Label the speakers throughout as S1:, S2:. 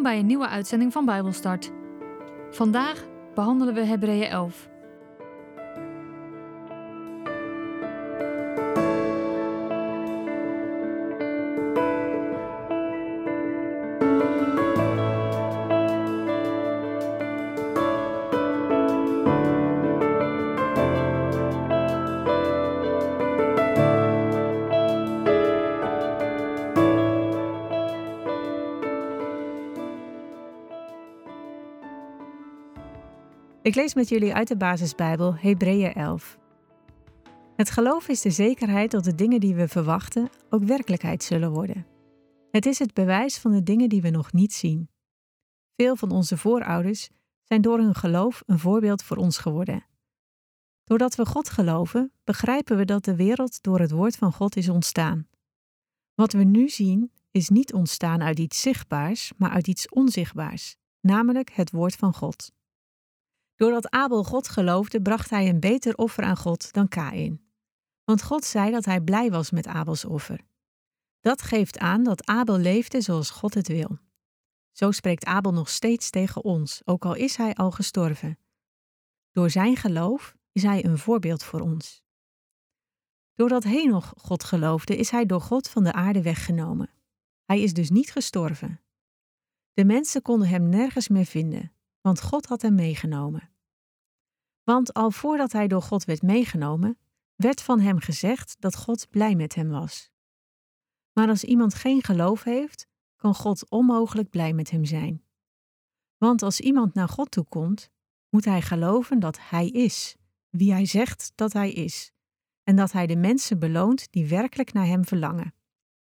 S1: bij een nieuwe uitzending van Bijbelstart. Vandaag behandelen we Hebreeën 11.
S2: Ik lees met jullie uit de basisbijbel Hebreeën 11. Het geloof is de zekerheid dat de dingen die we verwachten ook werkelijkheid zullen worden. Het is het bewijs van de dingen die we nog niet zien. Veel van onze voorouders zijn door hun geloof een voorbeeld voor ons geworden. Doordat we God geloven, begrijpen we dat de wereld door het woord van God is ontstaan. Wat we nu zien is niet ontstaan uit iets zichtbaars, maar uit iets onzichtbaars, namelijk het woord van God. Doordat Abel God geloofde, bracht hij een beter offer aan God dan Kaïn. Want God zei dat hij blij was met Abels offer. Dat geeft aan dat Abel leefde zoals God het wil. Zo spreekt Abel nog steeds tegen ons, ook al is hij al gestorven. Door zijn geloof is hij een voorbeeld voor ons. Doordat Henoch God geloofde, is hij door God van de aarde weggenomen. Hij is dus niet gestorven. De mensen konden hem nergens meer vinden, want God had hem meegenomen. Want al voordat hij door God werd meegenomen, werd van hem gezegd dat God blij met hem was. Maar als iemand geen geloof heeft, kan God onmogelijk blij met hem zijn. Want als iemand naar God toe komt, moet hij geloven dat hij is, wie hij zegt dat hij is, en dat hij de mensen beloont die werkelijk naar hem verlangen.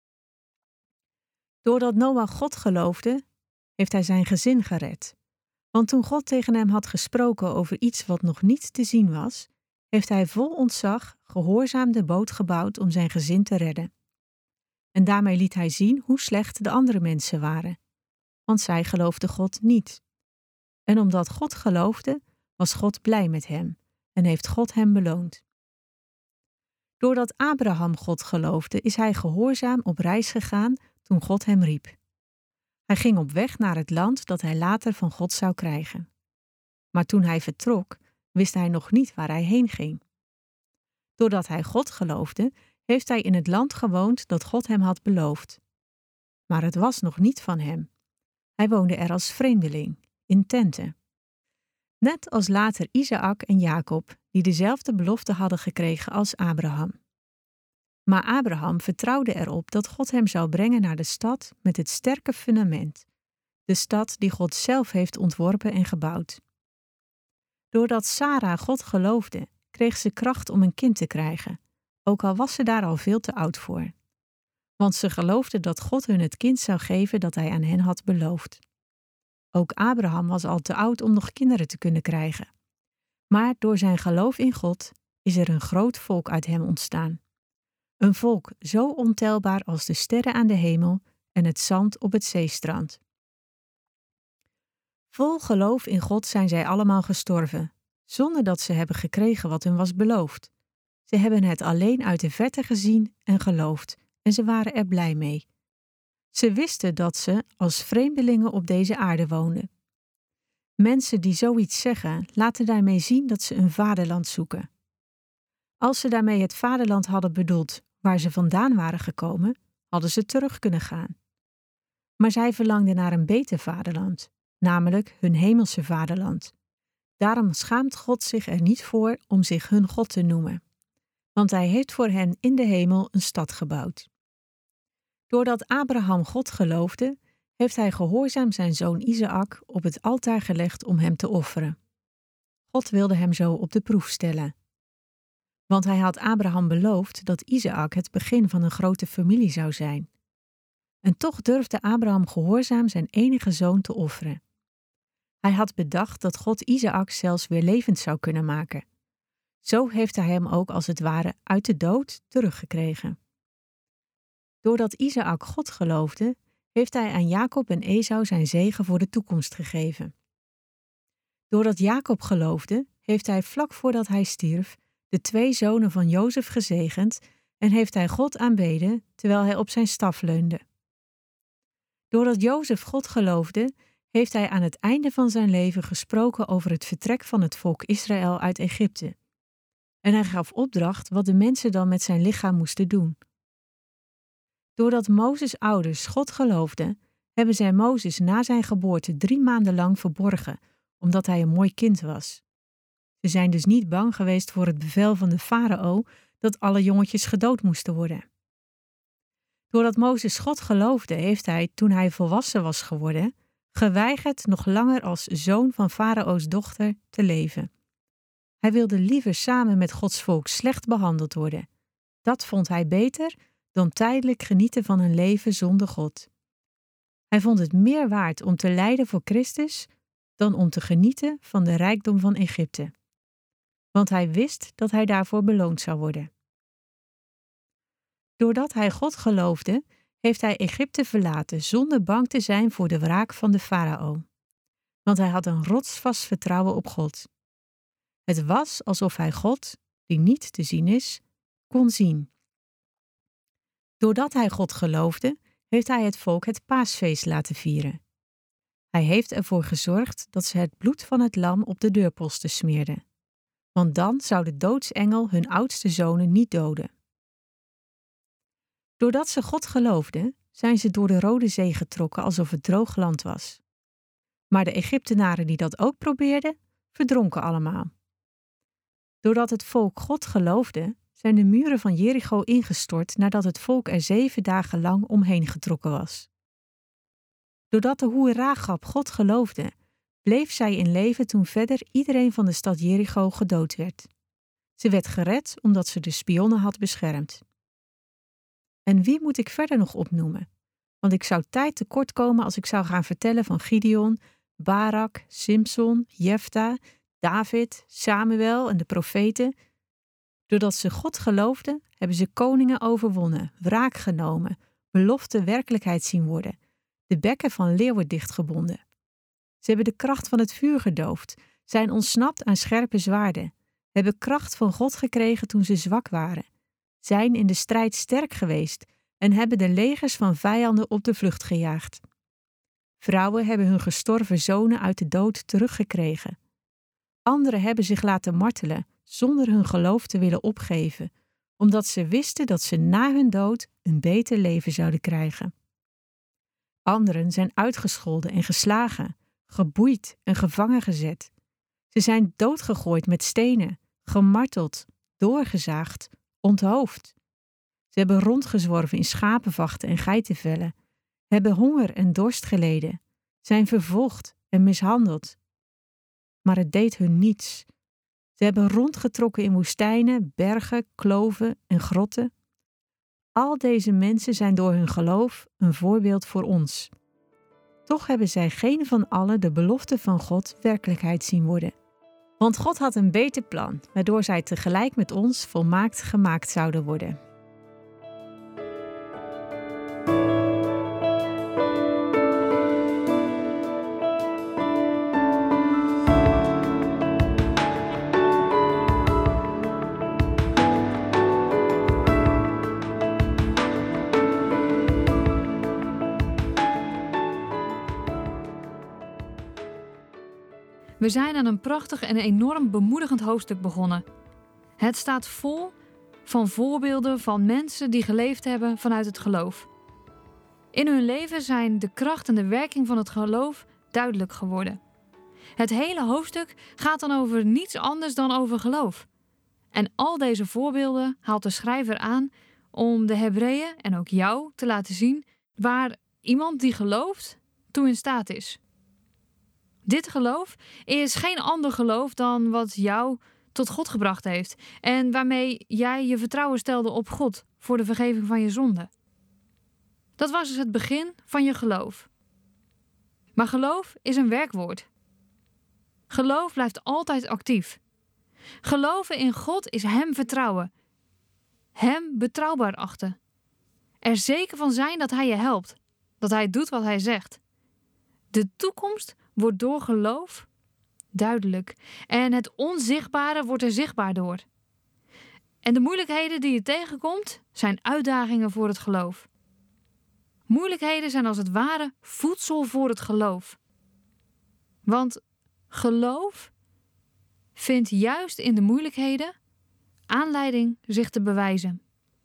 S2: Doordat Noach God geloofde, heeft hij zijn gezin gered. Want toen God tegen hem had gesproken over iets wat nog niet te zien was, heeft hij vol ontzag gehoorzaam de boot gebouwd om zijn gezin te redden. En daarmee liet hij zien hoe slecht de andere mensen waren, want zij geloofden God niet. En omdat God geloofde, was God blij met hem en heeft God hem beloond. Doordat Abraham God geloofde, is hij gehoorzaam op reis gegaan toen God hem riep. Hij ging op weg naar het land dat hij later van God zou krijgen. Maar toen hij vertrok, wist hij nog niet waar hij heen ging. Doordat hij God geloofde, heeft hij in het land gewoond dat God hem had beloofd. Maar het was nog niet van hem. Hij woonde er als vreemdeling, in tenten. Net als later Isaac en Jacob, die dezelfde belofte hadden gekregen als Abraham. Maar Abraham vertrouwde erop dat God hem zou brengen naar de stad met het sterke fundament, de stad die God zelf heeft ontworpen en gebouwd. Doordat Sarah God geloofde, kreeg ze kracht om een kind te krijgen, ook al was ze daar al veel te oud voor. Want ze geloofde dat God hun het kind zou geven dat hij aan hen had beloofd. Ook Abraham was al te oud om nog kinderen te kunnen krijgen. Maar door zijn geloof in God is er een groot volk uit hem ontstaan. Een volk zo ontelbaar als de sterren aan de hemel en het zand op het zeestrand. Vol geloof in God zijn zij allemaal gestorven, zonder dat ze hebben gekregen wat hun was beloofd. Ze hebben het alleen uit de verte gezien en geloofd, en ze waren er blij mee. Ze wisten dat ze als vreemdelingen op deze aarde woonden. Mensen die zoiets zeggen, laten daarmee zien dat ze een vaderland zoeken. Als ze daarmee het vaderland hadden bedoeld waar ze vandaan waren gekomen, hadden ze terug kunnen gaan. Maar zij verlangden naar een beter vaderland, namelijk hun hemelse vaderland. Daarom schaamt God zich er niet voor om zich hun God te noemen, want hij heeft voor hen in de hemel een stad gebouwd. Doordat Abraham God geloofde, heeft hij gehoorzaam zijn zoon Isaac op het altaar gelegd om hem te offeren. God wilde hem zo op de proef stellen. Want hij had Abraham beloofd dat Isaac het begin van een grote familie zou zijn. En toch durfde Abraham gehoorzaam zijn enige zoon te offeren. Hij had bedacht dat God Isaac zelfs weer levend zou kunnen maken. Zo heeft hij hem ook als het ware uit de dood teruggekregen. Doordat Isaac God geloofde, heeft hij aan Jacob en Esau zijn zegen voor de toekomst gegeven. Doordat Jacob geloofde, heeft hij vlak voordat hij stierf de 2 zonen van Jozef gezegend en heeft hij God aanbeden terwijl hij op zijn staf leunde. Doordat Jozef God geloofde, heeft hij aan het einde van zijn leven gesproken over het vertrek van het volk Israël uit Egypte. En hij gaf opdracht wat de mensen dan met zijn lichaam moesten doen. Doordat Mozes' ouders God geloofden, hebben zij Mozes na zijn geboorte 3 maanden lang verborgen, omdat hij een mooi kind was. Ze zijn dus niet bang geweest voor het bevel van de farao dat alle jongetjes gedood moesten worden. Doordat Mozes God geloofde, heeft hij, toen hij volwassen was geworden, geweigerd nog langer als zoon van farao's dochter te leven. Hij wilde liever samen met Gods volk slecht behandeld worden. Dat vond hij beter dan tijdelijk genieten van een leven zonder God. Hij vond het meer waard om te lijden voor Christus dan om te genieten van de rijkdom van Egypte. Want hij wist dat hij daarvoor beloond zou worden. Doordat hij God geloofde, heeft hij Egypte verlaten zonder bang te zijn voor de wraak van de farao. Want hij had een rotsvast vertrouwen op God. Het was alsof hij God, die niet te zien is, kon zien. Doordat hij God geloofde, heeft hij het volk het paasfeest laten vieren. Hij heeft ervoor gezorgd dat ze het bloed van het lam op de deurposten smeerden. Want dan zou de doodsengel hun oudste zonen niet doden. Doordat ze God geloofden, zijn ze door de Rode Zee getrokken alsof het droog land was. Maar de Egyptenaren die dat ook probeerden, verdronken allemaal. Doordat het volk God geloofde, zijn de muren van Jericho ingestort nadat het volk er 7 dagen lang omheen getrokken was. Doordat de hoer Rahab God geloofde, bleef zij in leven toen verder iedereen van de stad Jericho gedood werd. Ze werd gered omdat ze de spionnen had beschermd. En wie moet ik verder nog opnoemen? Want ik zou tijd tekort komen als ik zou gaan vertellen van Gideon, Barak, Simson, Jefta, David, Samuel en de profeten. Doordat ze God geloofden, hebben ze koningen overwonnen, wraak genomen, beloften werkelijkheid zien worden, de bekken van leeuwen dichtgebonden. Ze hebben de kracht van het vuur gedoofd, zijn ontsnapt aan scherpe zwaarden, hebben kracht van God gekregen toen ze zwak waren, zijn in de strijd sterk geweest en hebben de legers van vijanden op de vlucht gejaagd. Vrouwen hebben hun gestorven zonen uit de dood teruggekregen. Anderen hebben zich laten martelen zonder hun geloof te willen opgeven, omdat ze wisten dat ze na hun dood een beter leven zouden krijgen. Anderen zijn uitgescholden en geslagen, geboeid en gevangen gezet. Ze zijn doodgegooid met stenen, gemarteld, doorgezaagd, onthoofd. Ze hebben rondgezworven in schapenvachten en geitenvellen, hebben honger en dorst geleden, zijn vervolgd en mishandeld. Maar het deed hun niets. Ze hebben rondgetrokken in woestijnen, bergen, kloven en grotten. Al deze mensen zijn door hun geloof een voorbeeld voor ons. Toch hebben zij geen van allen de belofte van God werkelijkheid zien worden. Want God had een beter plan, waardoor zij tegelijk met ons volmaakt gemaakt zouden worden.
S1: We zijn aan een prachtig en enorm bemoedigend hoofdstuk begonnen. Het staat vol van voorbeelden van mensen die geleefd hebben vanuit het geloof. In hun leven zijn de kracht en de werking van het geloof duidelijk geworden. Het hele hoofdstuk gaat dan over niets anders dan over geloof. En al deze voorbeelden haalt de schrijver aan om de Hebreeën en ook jou te laten zien waar iemand die gelooft toe in staat is. Dit geloof is geen ander geloof dan wat jou tot God gebracht heeft en waarmee jij je vertrouwen stelde op God voor de vergeving van je zonden. Dat was dus het begin van je geloof. Maar geloof is een werkwoord. Geloof blijft altijd actief. Geloven in God is Hem vertrouwen. Hem betrouwbaar achten. Er zeker van zijn dat Hij je helpt. Dat Hij doet wat Hij zegt. De toekomst wordt door geloof duidelijk. En het onzichtbare wordt er zichtbaar door. En de moeilijkheden die je tegenkomt zijn uitdagingen voor het geloof. Moeilijkheden zijn als het ware voedsel voor het geloof. Want geloof vindt juist in de moeilijkheden aanleiding zich te bewijzen.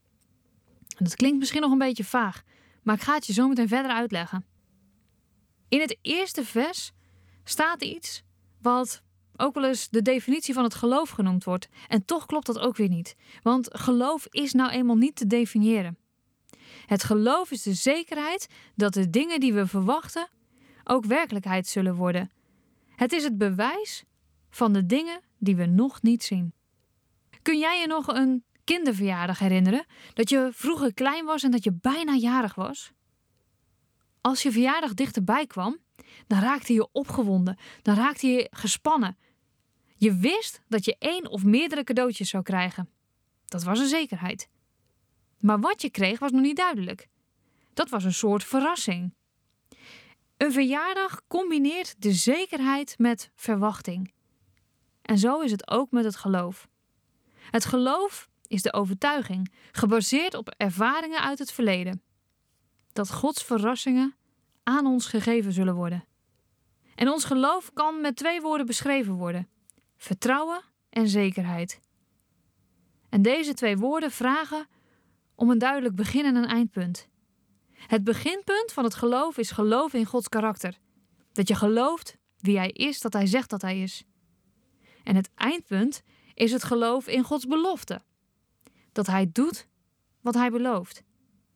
S1: En dat klinkt misschien nog een beetje vaag, maar ik ga het je zo meteen verder uitleggen. In het eerste vers staat iets wat ook wel eens de definitie van het geloof genoemd wordt. En toch klopt dat ook weer niet. Want geloof is nou eenmaal niet te definiëren. Het geloof is de zekerheid dat de dingen die we verwachten ook werkelijkheid zullen worden. Het is het bewijs van de dingen die we nog niet zien. Kun jij je nog een kinderverjaardag herinneren? Dat je vroeger klein was en dat je bijna jarig was? Als je verjaardag dichterbij kwam, dan raakte je opgewonden. Dan raakte je gespannen. Je wist dat je 1 of meerdere cadeautjes zou krijgen. Dat was een zekerheid. Maar wat je kreeg was nog niet duidelijk. Dat was een soort verrassing. Een verjaardag combineert de zekerheid met verwachting. En zo is het ook met het geloof. Het geloof is de overtuiging, gebaseerd op ervaringen uit het verleden, dat Gods verrassingen aan ons gegeven zullen worden. En ons geloof kan met 2 woorden beschreven worden: vertrouwen en zekerheid. En deze 2 woorden vragen om een duidelijk begin en een eindpunt. Het beginpunt van het geloof is geloven in Gods karakter. Dat je gelooft wie Hij is, dat Hij zegt dat Hij is. En het eindpunt is het geloof in Gods belofte. Dat Hij doet wat Hij belooft.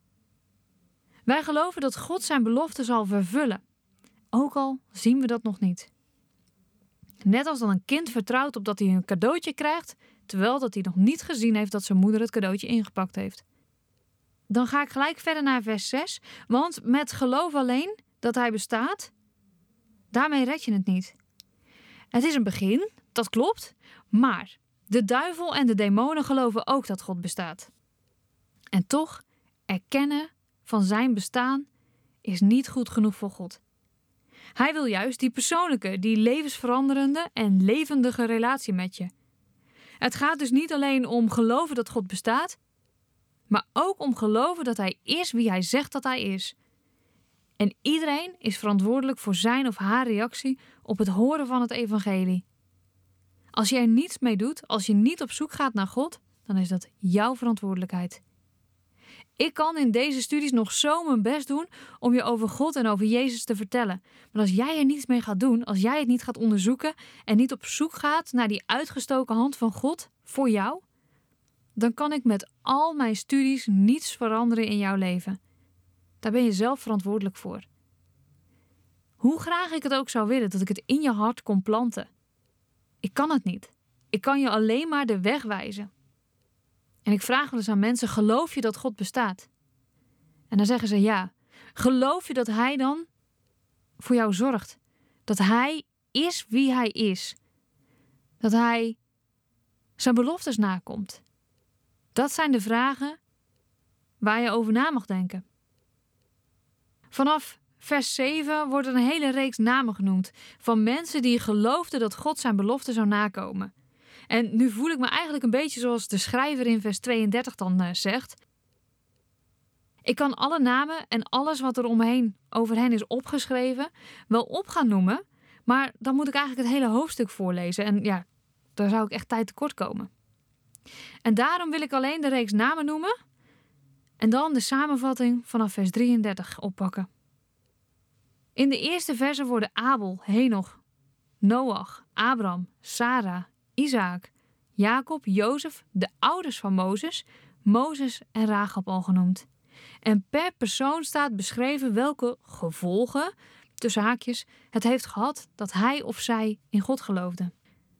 S1: Wij geloven dat God zijn belofte zal vervullen. Ook al zien we dat nog niet. Net als dan een kind vertrouwt op dat hij een cadeautje krijgt, terwijl dat hij nog niet gezien heeft dat zijn moeder het cadeautje ingepakt heeft. Dan ga ik gelijk verder naar vers 6, want met geloof alleen dat Hij bestaat, daarmee red je het niet. Het is een begin, dat klopt, maar de duivel en de demonen geloven ook dat God bestaat. En toch, erkennen van zijn bestaan is niet goed genoeg voor God. Hij wil juist die persoonlijke, die levensveranderende en levendige relatie met je. Het gaat dus niet alleen om geloven dat God bestaat, maar ook om geloven dat Hij is wie Hij zegt dat Hij is. En iedereen is verantwoordelijk voor zijn of haar reactie op het horen van het evangelie. Als je er niets mee doet, als je niet op zoek gaat naar God, dan is dat jouw verantwoordelijkheid. Ik kan in deze studies nog zo mijn best doen om je over God en over Jezus te vertellen. Maar als jij er niets mee gaat doen, als jij het niet gaat onderzoeken en niet op zoek gaat naar die uitgestoken hand van God voor jou, dan kan ik met al mijn studies niets veranderen in jouw leven. Daar ben je zelf verantwoordelijk voor. Hoe graag ik het ook zou willen dat ik het in je hart kon planten. Ik kan het niet. Ik kan je alleen maar de weg wijzen. En ik vraag wel eens aan mensen, geloof je dat God bestaat? En dan zeggen ze ja. Geloof je dat Hij dan voor jou zorgt? Dat Hij is wie Hij is? Dat Hij zijn beloftes nakomt? Dat zijn de vragen waar je over na mag denken. Vanaf vers 7 wordt er een hele reeks namen genoemd van mensen die geloofden dat God zijn belofte zou nakomen. En nu voel ik me eigenlijk een beetje zoals de schrijver in vers 32 dan zegt. Ik kan alle namen en alles wat er omheen over hen is opgeschreven wel op gaan noemen, maar dan moet ik eigenlijk het hele hoofdstuk voorlezen. En ja, daar zou ik echt tijd tekort komen. En daarom wil ik alleen de reeks namen noemen en dan de samenvatting vanaf vers 33 oppakken. In de eerste versen worden Abel, Henoch, Noach, Abraham, Sarah, Isaac, Jacob, Jozef, de ouders van Mozes en Rachab al genoemd. En per persoon staat beschreven welke gevolgen, tussen haakjes, het heeft gehad dat hij of zij in God geloofde.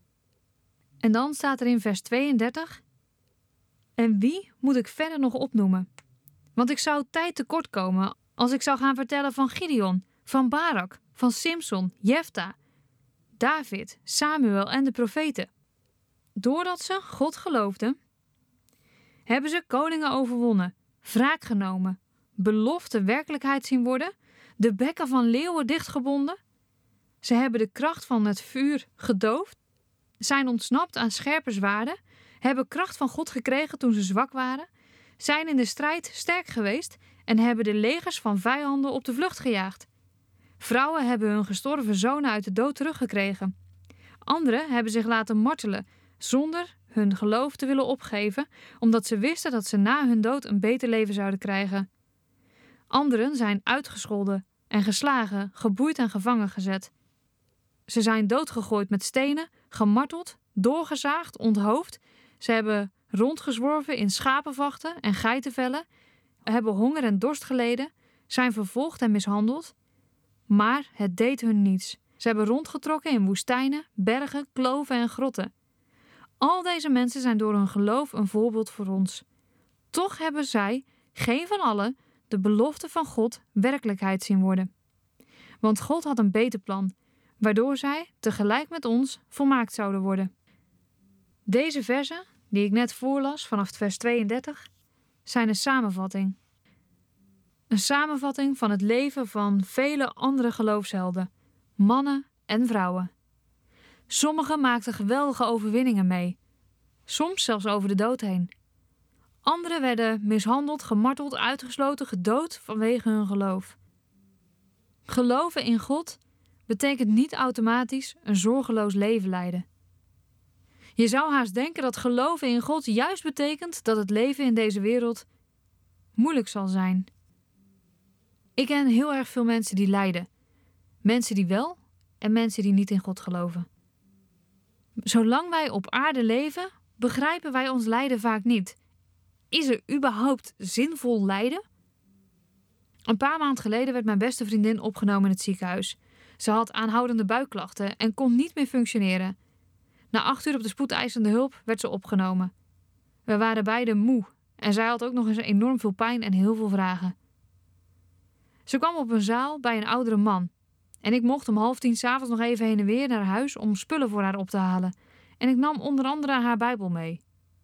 S1: En dan staat er in vers 32, en wie moet ik verder nog opnoemen? Want ik zou tijd tekort komen als ik zou gaan vertellen van Gideon, van Barak, van Simson, Jefta, David, Samuel en de profeten. Doordat ze God geloofden, hebben ze koningen overwonnen, wraak genomen, beloften werkelijkheid zien worden, de bekken van leeuwen dichtgebonden. Ze hebben de kracht van het vuur gedoofd, zijn ontsnapt aan scherpe zwaarden, hebben kracht van God gekregen toen ze zwak waren, zijn in de strijd sterk geweest en hebben de legers van vijanden op de vlucht gejaagd. Vrouwen hebben hun gestorven zonen uit de dood teruggekregen. Anderen hebben zich laten martelen zonder hun geloof te willen opgeven, omdat ze wisten dat ze na hun dood een beter leven zouden krijgen. Anderen zijn uitgescholden en geslagen, geboeid en gevangen gezet. Ze zijn doodgegooid met stenen, gemarteld, doorgezaagd, onthoofd. Ze hebben rondgezworven in schapenvachten en geitenvellen, hebben honger en dorst geleden, zijn vervolgd en mishandeld. Maar het deed hun niets. Ze hebben rondgetrokken in woestijnen, bergen, kloven en grotten. Al deze mensen zijn door hun geloof een voorbeeld voor ons. Toch hebben zij, geen van allen, de belofte van God werkelijkheid zien worden. Want God had een beter plan, waardoor zij tegelijk met ons volmaakt zouden worden. Deze verzen, die ik net voorlas vanaf vers 32, zijn een samenvatting. Een samenvatting van het leven van vele andere geloofshelden, mannen en vrouwen. Sommigen maakten geweldige overwinningen mee, soms zelfs over de dood heen. Anderen werden mishandeld, gemarteld, uitgesloten, gedood vanwege hun geloof. Geloven in God betekent niet automatisch een zorgeloos leven leiden. Je zou haast denken dat geloven in God juist betekent dat het leven in deze wereld moeilijk zal zijn. Ik ken heel erg veel mensen die lijden. Mensen die wel en mensen die niet in God geloven. Zolang wij op aarde leven, begrijpen wij ons lijden vaak niet. Is er überhaupt zinvol lijden? Een paar maanden geleden werd mijn beste vriendin opgenomen in het ziekenhuis. Ze had aanhoudende buikklachten en kon niet meer functioneren. Na 8 uur op de spoedeisende hulp werd ze opgenomen. We waren beide moe en zij had ook nog eens enorm veel pijn en heel veel vragen. Ze kwam op een zaal bij een oudere man. En ik mocht om 9:30 s'avonds nog even heen en weer naar huis om spullen voor haar op te halen. En ik nam onder andere haar Bijbel mee.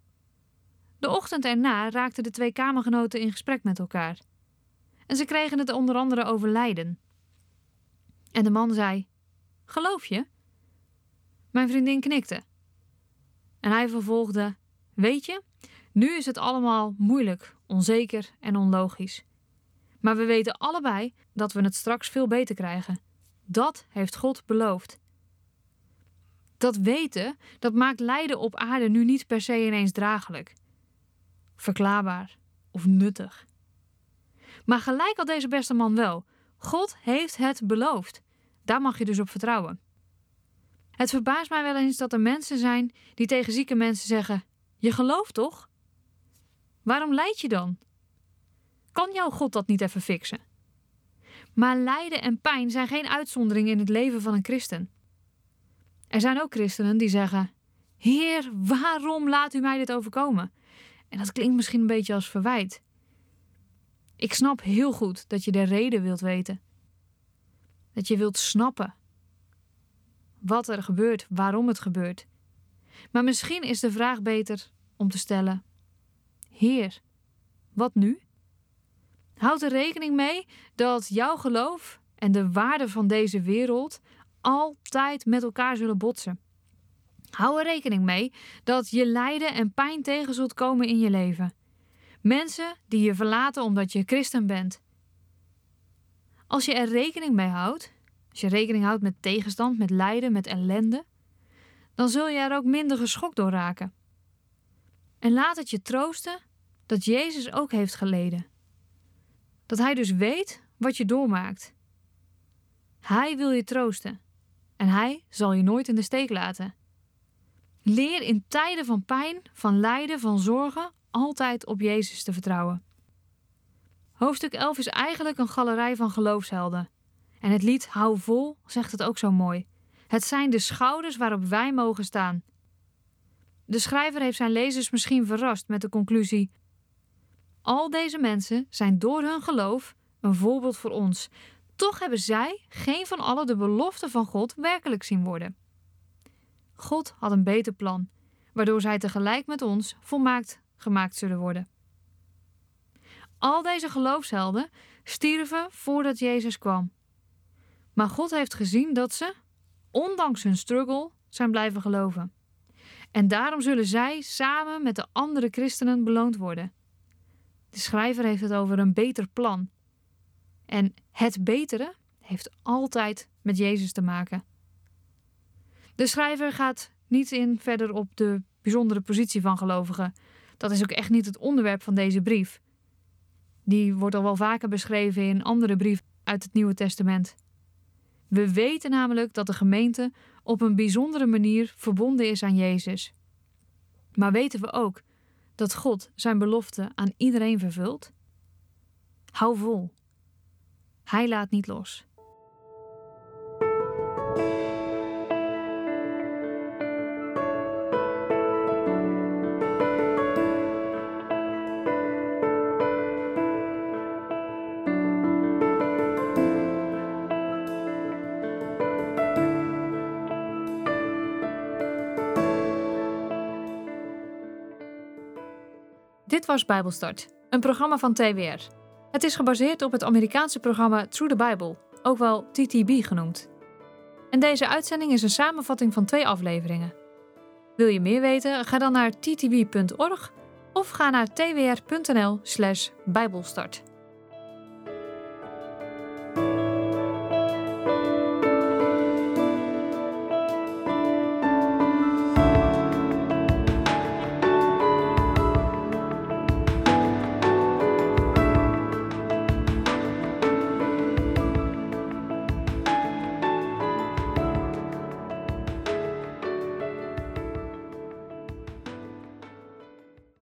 S1: De ochtend erna raakten de 2 kamergenoten in gesprek met elkaar. En ze kregen het onder andere over lijden. En de man zei: "Geloof je?" Mijn vriendin knikte. En hij vervolgde: "Weet je, nu is het allemaal moeilijk, onzeker en onlogisch. Maar we weten allebei dat we het straks veel beter krijgen. Dat heeft God beloofd." Dat weten, dat maakt lijden op aarde nu niet per se ineens draaglijk, verklaarbaar of nuttig. Maar gelijk had deze beste man wel. God heeft het beloofd. Daar mag je dus op vertrouwen. Het verbaast mij wel eens dat er mensen zijn die tegen zieke mensen zeggen: "Je gelooft toch? Waarom lijd je dan? Kan jouw God dat niet even fixen?" Maar lijden en pijn zijn geen uitzondering in het leven van een christen. Er zijn ook christenen die zeggen: "Heer, waarom laat u mij dit overkomen?" En dat klinkt misschien een beetje als verwijt. Ik snap heel goed dat je de reden wilt weten. Dat je wilt snappen wat er gebeurt, waarom het gebeurt. Maar misschien is de vraag beter om te stellen: Heer, wat nu? Houd er rekening mee dat jouw geloof en de waarden van deze wereld altijd met elkaar zullen botsen. Hou er rekening mee dat je lijden en pijn tegen zult komen in je leven. Mensen die je verlaten omdat je christen bent. Als je er rekening mee houdt, als je rekening houdt met tegenstand, met lijden, met ellende, dan zul je er ook minder geschokt door raken. En laat het je troosten dat Jezus ook heeft geleden. Dat hij dus weet wat je doormaakt. Hij wil je troosten en hij zal je nooit in de steek laten. Leer in tijden van pijn, van lijden, van zorgen altijd op Jezus te vertrouwen. Hoofdstuk 11 is eigenlijk een galerij van geloofshelden. En het lied Hou vol zegt het ook zo mooi. Het zijn de schouders waarop wij mogen staan. De schrijver heeft zijn lezers misschien verrast met de conclusie: al deze mensen zijn door hun geloof een voorbeeld voor ons. Toch hebben zij geen van allen de belofte van God werkelijk zien worden. God had een beter plan, waardoor zij tegelijk met ons volmaakt gemaakt zullen worden. Al deze geloofshelden stierven voordat Jezus kwam. Maar God heeft gezien dat ze, ondanks hun struggle, zijn blijven geloven. En daarom zullen zij samen met de andere christenen beloond worden. De schrijver heeft het over een beter plan. En het betere heeft altijd met Jezus te maken. De schrijver gaat niet in verder op de bijzondere positie van gelovigen. Dat is ook echt niet het onderwerp van deze brief. Die wordt al wel vaker beschreven in andere brieven uit het Nieuwe Testament. We weten namelijk dat de gemeente op een bijzondere manier verbonden is aan Jezus. Maar weten we ook dat God zijn belofte aan iedereen vervult? Hou vol. Hij laat niet los. Dit was Bijbelstart, een programma van TWR. Het is gebaseerd op het Amerikaanse programma Through the Bible, ook wel TTB genoemd. En deze uitzending is een samenvatting van 2 afleveringen. Wil je meer weten? Ga dan naar ttb.org of ga naar twr.nl/bijbelstart.